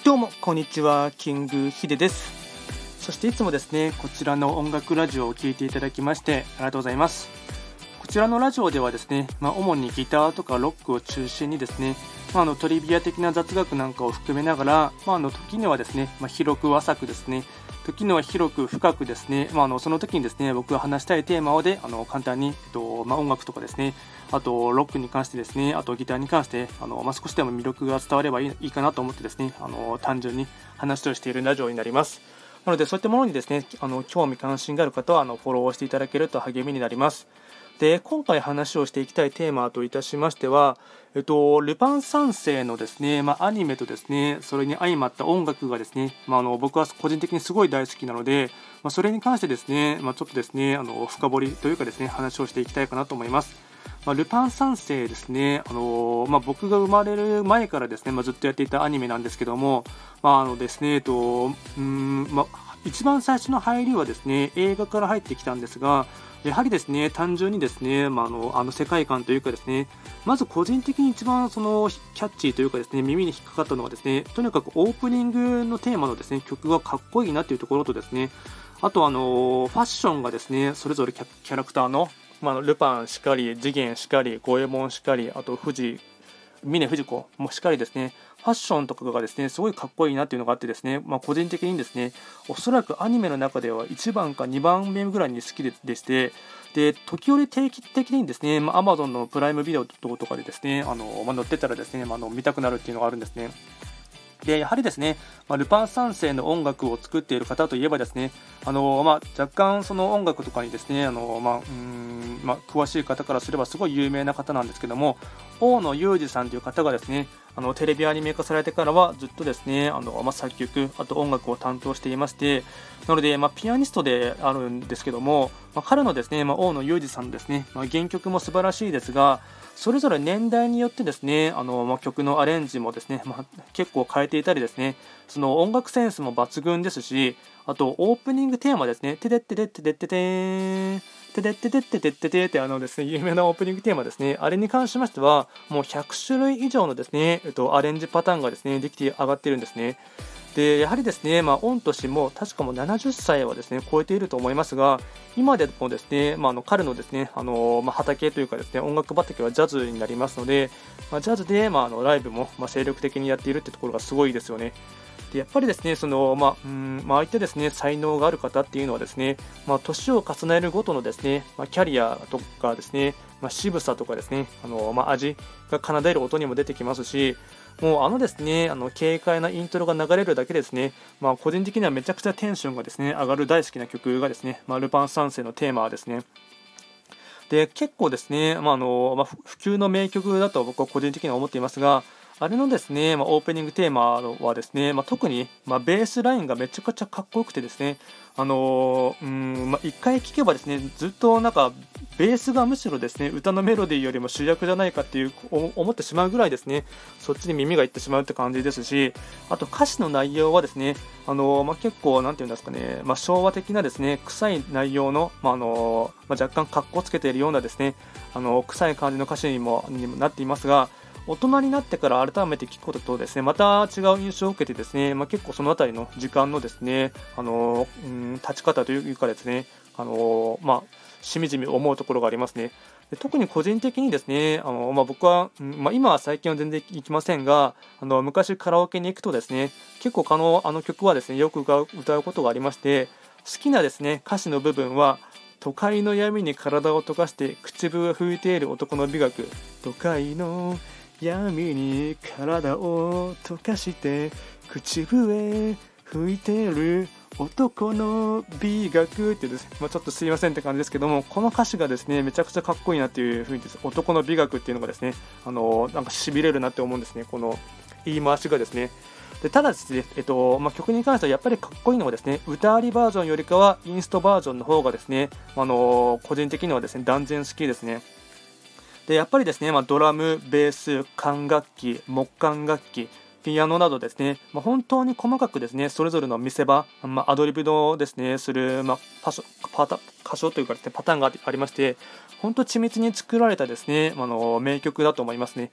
どうもこんにちは、キングヒデです。そしていつもですね、こちらの音楽ラジオを聴いていただきましてありがとうございます。こちらのラジオではですね、主にギターとかロックを中心にですね、トリビア的な雑学なんかを含めながら、時にはですね、広く浅くですね、時には広く深くですね、その時にですね、僕が話したいテーマを簡単に、音楽とかですね、あとロックに関してですね、あとギターに関して、少しでも魅力が伝わればいいかなと思ってですね、単純に話をしているラジオになります。なのでそういったものにですね、興味関心がある方はフォローしていただけると励みになります。で、今回話をしていきたいテーマといたしましては、ルパン三世のですね、アニメとですね、それに相まった音楽がですね、僕は個人的にすごい大好きなので、それに関してですね、ちょっとですね、深掘りというかですね、話をしていきたいかなと思います。ルパン三世ですね、僕が生まれる前からですね、ずっとやっていたアニメなんですけども、ですね、一番最初の入りはですね、映画から入ってきたんですが、やはりですね、単純にですね、あの世界観というかですね、まず個人的に一番キャッチーというかですね、耳に引っかかったのはですね、とにかくオープニングのテーマのですね、曲がかっこいいなというところとですね、あとファッションがですね、それぞれキャラクターの、ルパンしかり、次元しかり、五右衛門しかり、あと峰不二子もしっかりですね、ファッションとかがですね、すごいかっこいいなっていうのがあってですね、個人的にですね、おそらくアニメの中では1番か2番目ぐらいに好きでして、で、時折定期的にですね、Amazon のプライムビデオとかでですね、載ってたらですね、見たくなるっていうのがあるんですね。でやはりですね、ルパン三世の音楽を作っている方といえばですね、若干その音楽とかにですね、詳しい方からすればすごい有名な方なんですけども、大野裕二さんという方がですね、テレビアニメ化されてからはずっとですね、作曲、あと音楽を担当していまして、なので、ピアニストであるんですけども、彼のですね、大野裕二さんのですね、原曲も素晴らしいですが、それぞれ年代によってですね、曲のアレンジもですね、結構変えていたりですね、その音楽センスも抜群ですし、あとオープニングテーマですね、テデッテデッテデッテテーン、テデッテデッテデッテテーってですね、有名なオープニングテーマですね、あれに関しましては、もう100種類以上のですね、アレンジパターンがですね、できて上がっているんですね。でやはりですね、御年も確かもう70歳はですね超えていると思いますが、今でもですね、彼のですね、畑というかですね、音楽畑はジャズになりますので、ジャズで、ライブも、精力的にやっているってところがすごいですよね。でやっぱりですね、ああいったですね才能がある方っていうのはですね、年を重ねるごとのですね、キャリアとかですね、渋さとかですね、味が奏でる音にも出てきますし、もうですね、軽快なイントロが流れるだけですね、個人的にはめちゃくちゃテンションがですね上がる大好きな曲がですね、ルパン三世のテーマはですね。で結構ですね、普及の名曲だと僕は個人的には思っていますが、あれのですね、オープニングテーマはですね、特に、ベースラインがめちゃくちゃかっこよくてですね、一回聴けばですね、ずっとなんかベースがむしろですね、歌のメロディーよりも主役じゃないかっていう思ってしまうぐらいですね、そっちに耳がいってしまうって感じですし、あと歌詞の内容はですね、結構なんていうんですかね、昭和的なですね、臭い内容の、若干かっこつけているようなですね、臭い感じの歌詞にもなっていますが、大人になってから改めて聞くこととですね、また違う印象を受けてですね、結構そのあたりの時間のですね、立ち方というかですね、しみじみ思うところがありますね。で特に個人的にですね、僕は、今は最近は全然行きませんが、昔カラオケに行くとですね、結構あの曲はですね、よく歌うことがありまして、好きなですね、歌詞の部分は、都会の闇に体を溶かして口笛を吹いている男の美学、都会の闇に体を溶かして口笛吹いてる男の美学ってですね、ちょっとすいませんって感じですけども、この歌詞がですねめちゃくちゃかっこいいなっていう風にです、男の美学っていうのがですね、なんか痺れるなって思うんですね、この言い回しがですね。でただですね、曲に関してはやっぱりかっこいいのはですね、歌ありバージョンよりかはインストバージョンの方がですね、個人的にはですね断然好きですね。でやっぱりですね、ドラム、ベース、管楽器、木管楽器、ピアノなどですね、本当に細かくですね、それぞれの見せ場、アドリブのですね、する、箇所というかですね、パターンがありまして、本当緻密に作られたですね、名曲だと思いますね。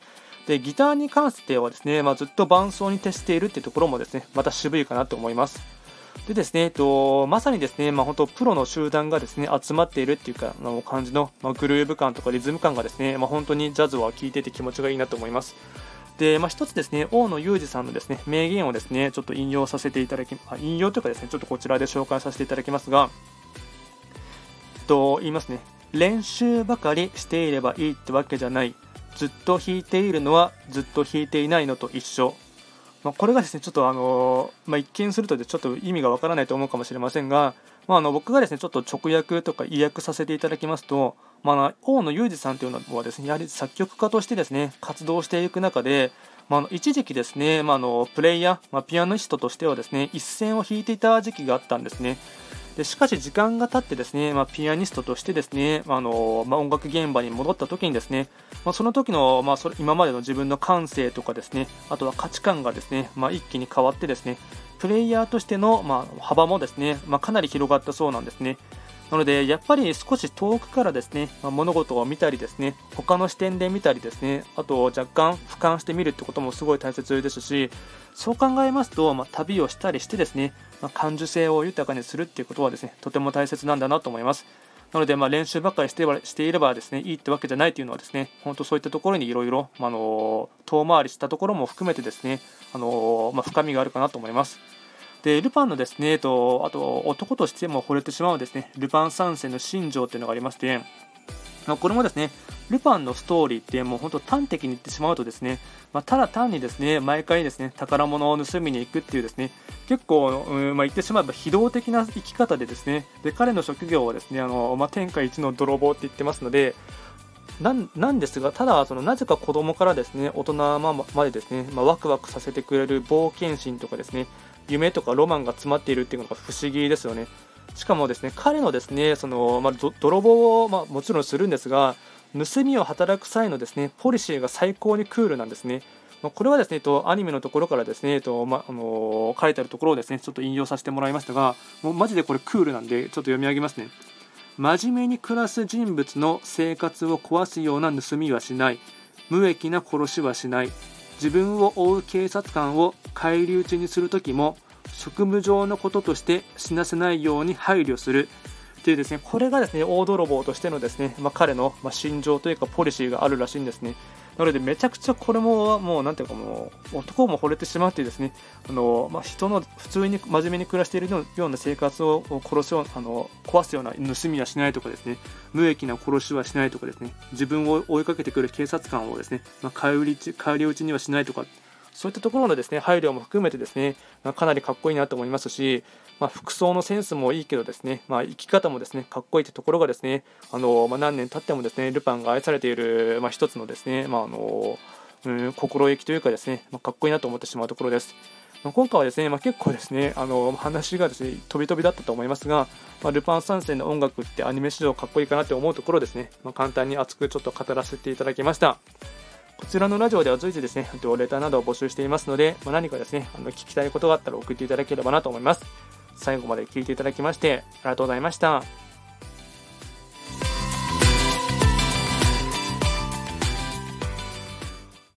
でギターに関してはですね、ずっと伴奏に徹しているっていうところもですね、また渋いかなと思います。でですね、まさにですね、本当プロの集団がですね集まっているっていうか感じの、グルーヴ感とかリズム感がですね、本当にジャズは聴いてて気持ちがいいなと思います。で、一つですね、大野裕二さんのですね名言をですねちょっと引用させていただき、引用というかですね、ちょっとこちらで紹介させていただきますが、言いますね。練習ばかりしていればいいってわけじゃない。ずっと弾いているのはずっと弾いていないのと一緒。これがですね、ちょっと一見するとちょっと意味がわからないと思うかもしれませんが、僕がですね、ちょっと直訳とか意訳させていただきますと、大野裕二さんというのはですね、やはり作曲家としてですね、活動していく中で、一時期ですね、プレイヤー、ピアニストとしてはですね、一線を引いていた時期があったんですね。でしかし時間が経ってですね、ピアニストとしてですね、音楽現場に戻った時にですね、その時の、今までの自分の感性とかですね、あとは価値観がですね、一気に変わってですね、プレイヤーとしての、幅もですね、かなり広がったそうなんですね。なのでやっぱり少し遠くからですね、物事を見たりですね、他の視点で見たりですね、あと若干俯瞰してみるってこともすごい大切ですし、そう考えますと、旅をしたりしてですね、感受性を豊かにするっていうことはですね、とても大切なんだなと思います。なので、練習ばっかりしていればですね、いいってわけじゃないというのはですね、本当そういったところにいろいろ遠回りしたところも含めてですね、深みがあるかなと思います。でルパンのですね、あと男としても惚れてしまうですね、ルパン三世の新庄というのがありまして、これもですね、ルパンのストーリーってもう本当端的に言ってしまうとですね、ただ単にですね、毎回ですね、宝物を盗みに行くっていうですね、結構、言ってしまえば非道的な生き方でですね、で彼の職業はですね、天下一の泥棒って言ってますので、なんですが、ただなぜか子供からですね、大人までですね、ワクワクさせてくれる冒険心とかですね、夢とかロマンが詰まっているっていうのが不思議ですよね。しかもですね、彼のですね、泥棒を、もちろんするんですが、盗みを働く際のですね、ポリシーが最高にクールなんですね。これはですね、アニメのところからですね、書いてあるところをですね、ちょっと引用させてもらいましたが、もうマジでこれクールなんで、ちょっと読み上げますね。真面目に暮らす人物の生活を壊すような盗みはしない。無益な殺しはしない。自分を追う警察官を返り討ちにするときも職務上のこととして死なせないように配慮するというですね、これがですね、大泥棒としてのですね、彼の心情というかポリシーがあるらしいんですね。なのでめちゃくちゃこれももうなんていうか、もう男も惚れてしまってですね、人の普通に真面目に暮らしているような生活を壊すような盗みはしないとかですね、無益な殺しはしないとかですね、自分を追いかけてくる警察官をですね、返り討ちにはしないとか、そういったところのですね配慮も含めてですね、かなりかっこいいなと思いますし、服装のセンスもいいけどですね、生き方もですねかっこいいというところがですね、何年経ってもですねルパンが愛されている、一つのですね、心意気というかですね、かっこいいなと思ってしまうところです。今回はですね、結構ですね話がですね飛び飛びだったと思いますが、ルパン三世の音楽ってアニメ史上かっこいいかなと思うところですね、簡単に熱くちょっと語らせていただきました。こちらのラジオでは随時ですね、レターなどを募集していますので、何かですね、聞きたいことがあったら送っていただければなと思います。最後まで聞いていただきましてありがとうございました。